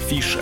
Афиша.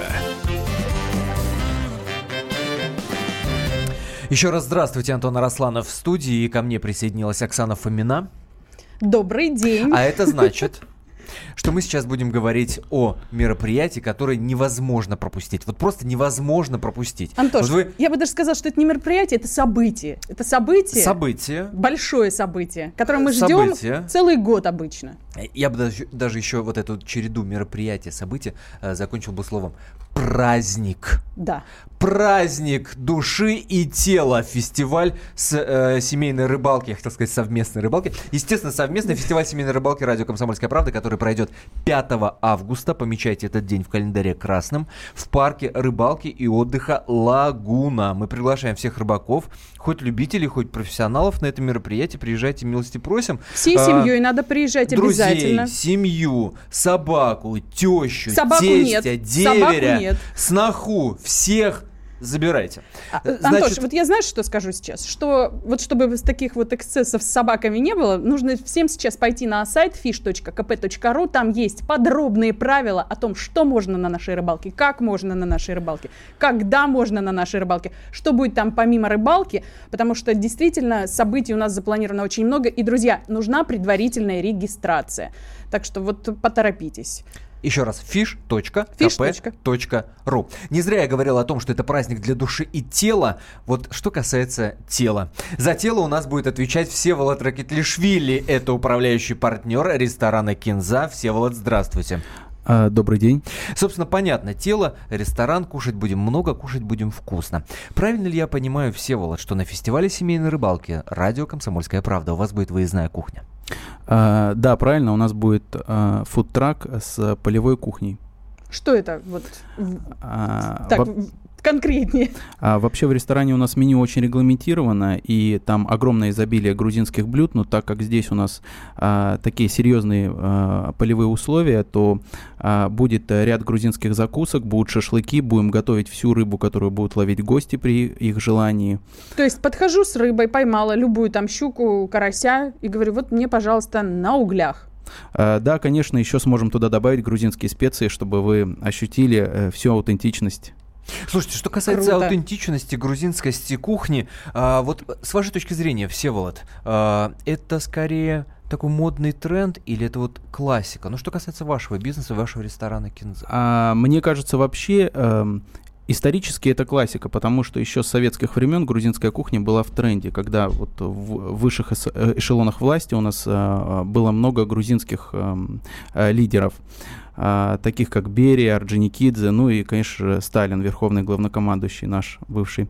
Еще раз здравствуйте, Антон Арасланов в студии, и ко мне присоединилась Оксана Фомина. Добрый день. А это значит, что мы сейчас будем говорить о мероприятии, которое невозможно пропустить. Вот просто невозможно пропустить. Антош, вот я бы даже сказала, что это не мероприятие, это событие. Это событие. Большое событие, которое мы ждем целый год обычно. Я бы даже еще вот эту череду мероприятий, событий закончил бы словом праздник. Да. Праздник души и тела. Фестиваль с семейной рыбалки, я хотел сказать совместной рыбалки. Естественно, совместный фестиваль семейной рыбалки «Радио Комсомольская правда», который пройдет 5 августа. Помечайте этот день в календаре красным. В парке рыбалки и отдыха «Лагуна». Мы приглашаем всех рыбаков, хоть любителей, хоть профессионалов на это мероприятие. Приезжайте, милости просим. Всей семьей надо приезжать обязательно. Друзей, семью, собаку, тещу, тестя, деверя, сноху, всех забирайте. Антош, вот я знаешь, что скажу сейчас? Что вот чтобы таких вот эксцессов с собаками не было, нужно всем сейчас пойти на сайт fish.kp.ru. Там есть подробные правила о том, что можно на нашей рыбалке, как можно на нашей рыбалке, когда можно на нашей рыбалке, что будет там помимо рыбалки, потому что действительно событий у нас запланировано очень много. И, друзья, нужна предварительная регистрация. Так что вот поторопитесь. Еще раз, fish.kp.ru. Не зря я говорил о том, что это праздник для души и тела. Вот что касается тела. За тело у нас будет отвечать Всеволод Ракитлишвили. Это управляющий партнер ресторана «Кинза». Всеволод, здравствуйте. Добрый день. Собственно, понятно. Тело, ресторан, кушать будем много, кушать будем вкусно. Правильно ли я понимаю, Всеволод, что на фестивале семейной рыбалки «Радио Комсомольская правда» у вас будет выездная кухня? Да, правильно. У нас будет фудтрак с полевой кухней. Что это? Вот. Конкретнее. Вообще в ресторане у нас меню очень регламентировано, и там огромное изобилие грузинских блюд, но так как здесь у нас такие серьезные полевые условия, то будет ряд грузинских закусок, будут шашлыки, будем готовить всю рыбу, которую будут ловить гости при их желании. То есть подхожу с рыбой, поймала любую там щуку, карася, и говорю, вот мне, пожалуйста, на углях. Да, конечно, еще сможем туда добавить грузинские специи, чтобы вы ощутили всю аутентичность. Слушайте, что касается аутентичности, грузинскости кухни, вот с вашей точки зрения, Всеволод, это скорее такой модный тренд или это вот классика? Ну, что касается вашего бизнеса, вашего ресторана «Кинза». Мне кажется, вообще исторически это классика, потому что еще с советских времен грузинская кухня была в тренде, когда вот в высших эшелонах власти у нас было много грузинских лидеров, таких как Берия, Орджоникидзе, ну и, конечно же, Сталин, верховный главнокомандующий наш бывший.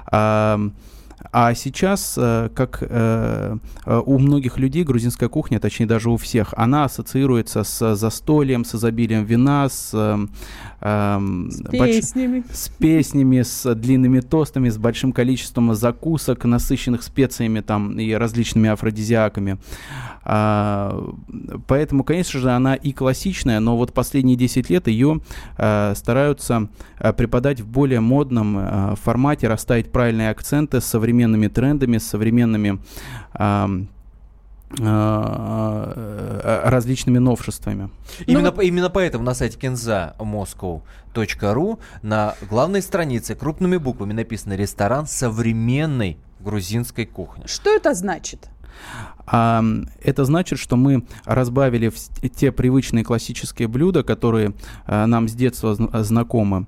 А сейчас, как у многих людей, грузинская кухня, точнее даже у всех, она ассоциируется с застольем, с изобилием вина, с песнями, с длинными тостами, с большим количеством закусок, насыщенных специями там, и различными афродизиаками. Поэтому, конечно же, она и классичная, но вот последние 10 лет ее стараются преподать в более модном формате, расставить правильные акценты с современными трендами, с современными различными новшествами. Именно поэтому на сайте kinza.moscow.ru на главной странице крупными буквами написано «Ресторан современной грузинской кухни». Что это значит? Это значит, что мы разбавили те привычные классические блюда, которые нам с детства знакомы,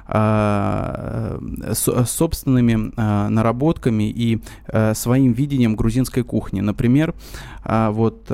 собственными наработками и своим видением грузинской кухни. Например, вот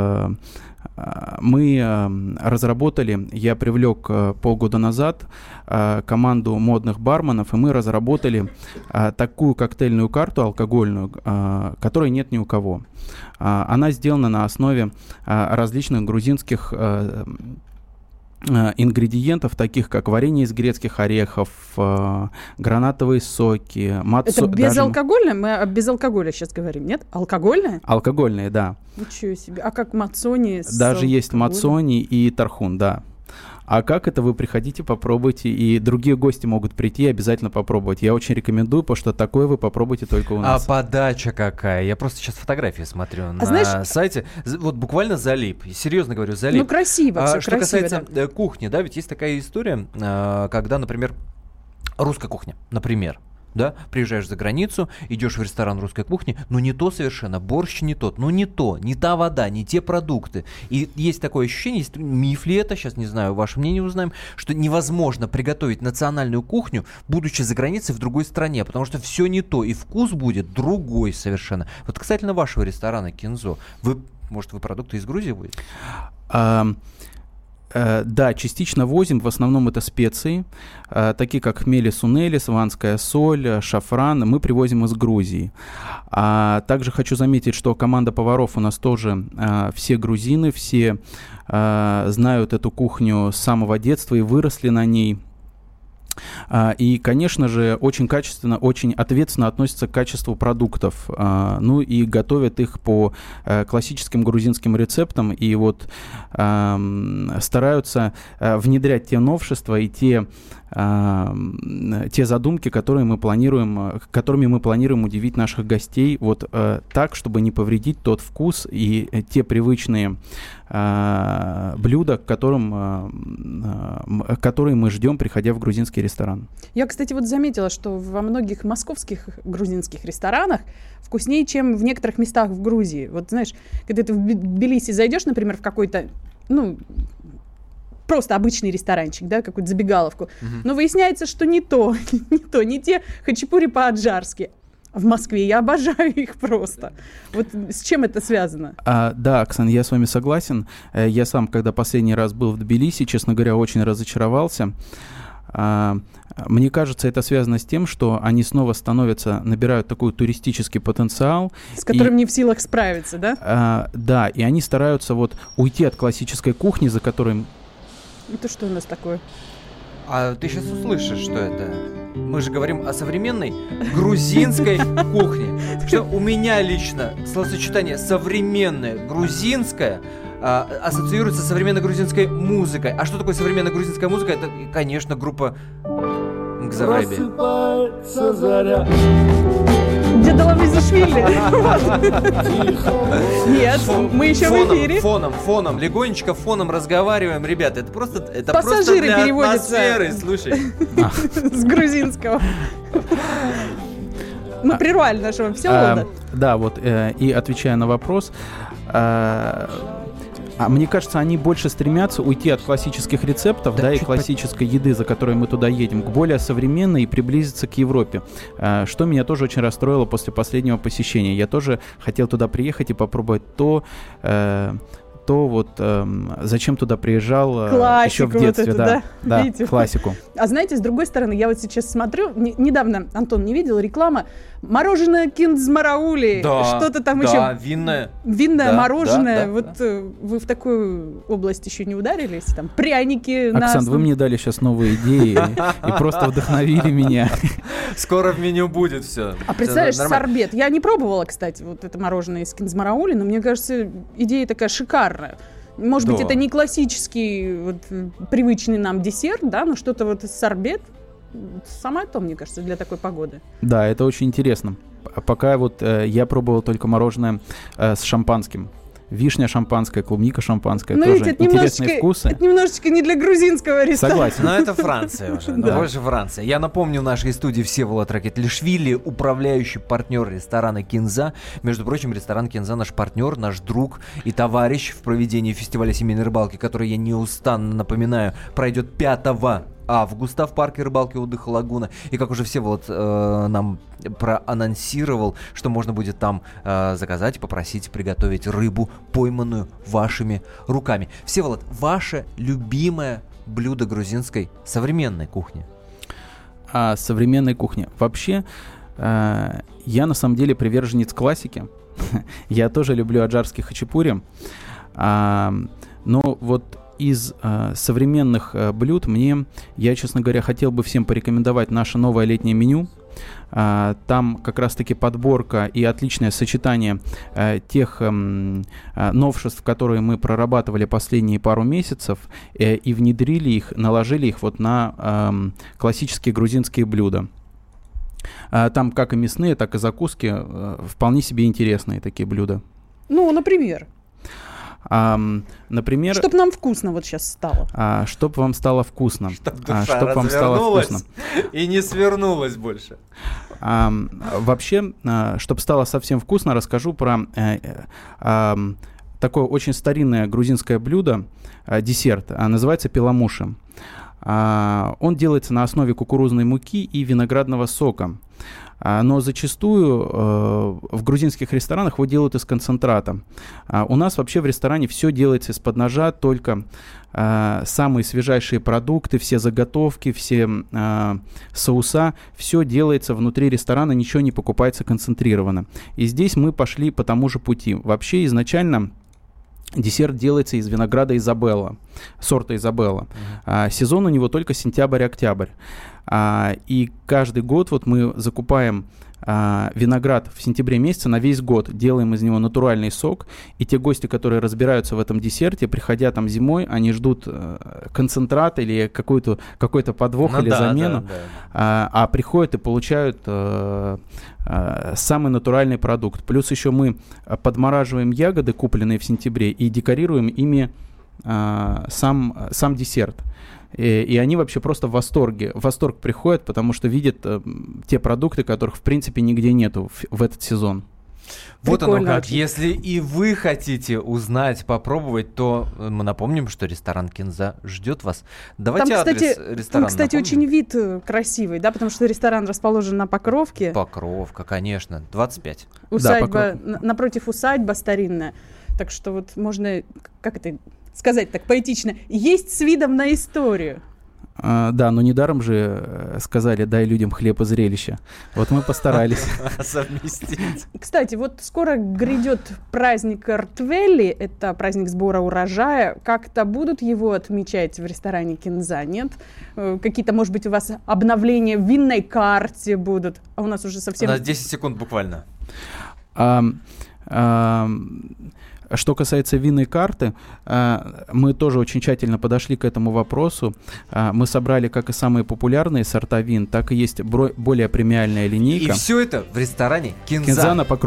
мы разработали, я привлек полгода назад команду модных барменов, и мы разработали такую коктейльную карту алкогольную, которой нет ни у кого. Она сделана на основе различных грузинских ингредиентов, таких как варенье из грецких орехов, гранатовые соки. Это безалкогольное? Мы о безалкоголе сейчас говорим, нет? Алкогольное? Алкогольное, да. Ничего себе. А как мацони? Даже есть мацони и тархун, да. А как это? Вы приходите, попробуйте, и другие гости могут прийти и обязательно попробовать. Я очень рекомендую, потому что такое вы попробуйте только у нас. А подача какая? Я просто сейчас фотографии смотрю на сайте. Вот буквально залип. Серьезно говорю, залип. Ну, красиво, все что красиво. Касается кухни, да, ведь есть такая история, когда, например, русская кухня, например, да, приезжаешь за границу, идешь в ресторан русской кухни, но не то совершенно, борщ не тот, ну не то, не та вода, не те продукты. И есть такое ощущение, есть миф ли это, сейчас не знаю, ваше мнение узнаем, что невозможно приготовить национальную кухню, будучи за границей в другой стране, потому что все не то, и вкус будет другой совершенно. Вот касательно вашего ресторана Кинзо, может, вы продукты из Грузии будете? Да, частично возим, в основном это специи, такие как хмели сунели, сванская соль, шафран, мы привозим из Грузии. Также хочу заметить, что команда поваров у нас тоже все грузины, все знают эту кухню с самого детства и выросли на ней. И, конечно же, очень качественно, очень ответственно относятся к качеству продуктов. Ну и готовят их по классическим грузинским рецептам. И вот стараются внедрять те новшества и те задумки, которыми мы планируем удивить наших гостей, вот так, чтобы не повредить тот вкус и те привычные блюда, которые мы ждем, приходя в грузинский ресторан. Я, кстати, вот заметила, что во многих московских грузинских ресторанах вкуснее, чем в некоторых местах в Грузии. Вот знаешь, когда ты в Тбилиси зайдешь, например, в какой-то, просто обычный ресторанчик, да, какую-то забегаловку, но выясняется, что не те хачапури по-аджарски. В Москве я обожаю их просто. Вот с чем это связано? Да, Оксана, я с вами согласен. Я сам, когда последний раз был в Тбилиси, честно говоря, очень разочаровался. Мне кажется, это связано с тем, что они снова набирают такой туристический потенциал. С которым не в силах справиться, да? Да, и они стараются уйти от классической кухни, за которой... Это что у нас такое? А ты сейчас услышишь, что это... Мы же говорим о современной грузинской кухне. Что у меня лично словосочетание «современная грузинская» ассоциируется с современной грузинской музыкой. А что такое современная грузинская музыка? Это, конечно, группа Мгзавреби. Просыпается заря. Дедала Визишвили. Нет, мы еще в эфире. Фоном, легонечко фоном разговариваем. Ребята, это просто пассажиры для переводятся. атмосферы, слушай. С грузинского. Мы прервали нашего психолога. Да, и отвечая на вопрос, мне кажется, они больше стремятся уйти от классических рецептов, и классической еды, за которой мы туда едем, к более современной и приблизиться к Европе. Что меня тоже очень расстроило после последнего посещения. Я тоже хотел туда приехать и попробовать зачем туда приезжал еще в детстве. Вот это, да, видите? Классику. А знаете, с другой стороны, я вот сейчас смотрю, недавно, Антон, не видел, реклама мороженое Киндзмараули, что-то там еще. Винное мороженое. Вы в такую область еще не ударились? Там пряники. Оксан, вы мне дали сейчас новые идеи и просто вдохновили меня. Скоро в меню будет все. А представляешь, сорбет. Я не пробовала, кстати, вот это мороженое из Киндзмараули, но мне кажется, идея такая шикарная. Может быть, это не классический привычный нам десерт, да, но что-то сорбет. Самое то, мне кажется, для такой погоды. Да, это очень интересно. Пока я пробовал только мороженое с шампанским. Вишня шампанская, клубника шампанская. Тоже интересные вкусы. Это немножечко не для грузинского ресторана. Согласен. Но это Франция уже. Больше Франция. Я напомню, в нашей студии Всеволод Ракетлишвили, управляющий партнер ресторана «Кинза». Между прочим, ресторан «Кинза» наш партнер, наш друг и товарищ в проведении фестиваля семейной рыбалки, который, я неустанно напоминаю, пройдет 5 августа в парке рыбалки отдыха «Лагуна». И как уже Всеволод нам проанонсировал, что можно будет там заказать, попросить приготовить рыбу, пойманную вашими руками. Всеволод, ваше любимое блюдо грузинской современной кухни? Современной кухни. Вообще, я на самом деле приверженец классики. Я тоже люблю аджарский хачапури. Но из современных блюд я, честно говоря, хотел бы всем порекомендовать наше новое летнее меню, Там как раз-таки подборка и отличное сочетание тех новшеств, которые мы прорабатывали последние пару месяцев, и внедрили их, наложили их вот на классические грузинские блюда. Там как и мясные, так и закуски, вполне себе интересные такие блюда. Ну, например? Например... Чтоб нам вкусно вот сейчас стало. Чтоб вам стало вкусно. Чтоб душа чтоб вам стало вкусно. И не свернулась больше. Вообще, чтоб стало совсем вкусно, расскажу про такое очень старинное грузинское блюдо, десерт, называется пеламуши. Он делается на основе кукурузной муки и виноградного сока. Но зачастую в грузинских ресторанах его делают из концентрата. У нас вообще в ресторане все делается из-под ножа, только самые свежайшие продукты, все заготовки, все соуса, все делается внутри ресторана, ничего не покупается концентрированно. И здесь мы пошли по тому же пути. Вообще изначально десерт делается из винограда Изабелла, сорта Изабелла. Сезон у него только сентябрь-октябрь. И каждый год вот мы закупаем виноград в сентябре месяце на весь год, делаем из него натуральный сок, и те гости, которые разбираются в этом десерте, приходя там зимой, они ждут концентрат или какой-то подвох или замену, а приходят и получают самый натуральный продукт. Плюс еще мы подмораживаем ягоды, купленные в сентябре, и декорируем ими сам десерт. И они вообще просто в восторге. В восторг приходят, потому что видят те продукты, которых в принципе нигде нету в этот сезон. Вот оно как. Очень. Если и вы хотите узнать, попробовать, то мы напомним, что ресторан «Кинза» ждет вас. Давайте там, адрес ресторана там, кстати, напомним. очень вид красивый, да, потому что ресторан расположен на Покровке. Покровка, конечно, 25. Усадьба, напротив усадьба старинная. Так что вот можно, как это сказать так поэтично, есть с видом на историю. Да, но недаром же сказали: дай людям хлеб и зрелище. Вот мы постарались. Совместить. Кстати, вот скоро грядет праздник Ртвели, это праздник сбора урожая. Как-то будут его отмечать в ресторане «Кинза», нет? Какие-то, может быть, у вас обновления в винной карте будут? А у нас уже совсем... У нас 10 секунд буквально. Что касается винной карты, мы тоже очень тщательно подошли к этому вопросу. Мы собрали как и самые популярные сорта вин, так и есть более премиальная линейка. И все это в ресторане «Кинза». «Кинза» на Покровке.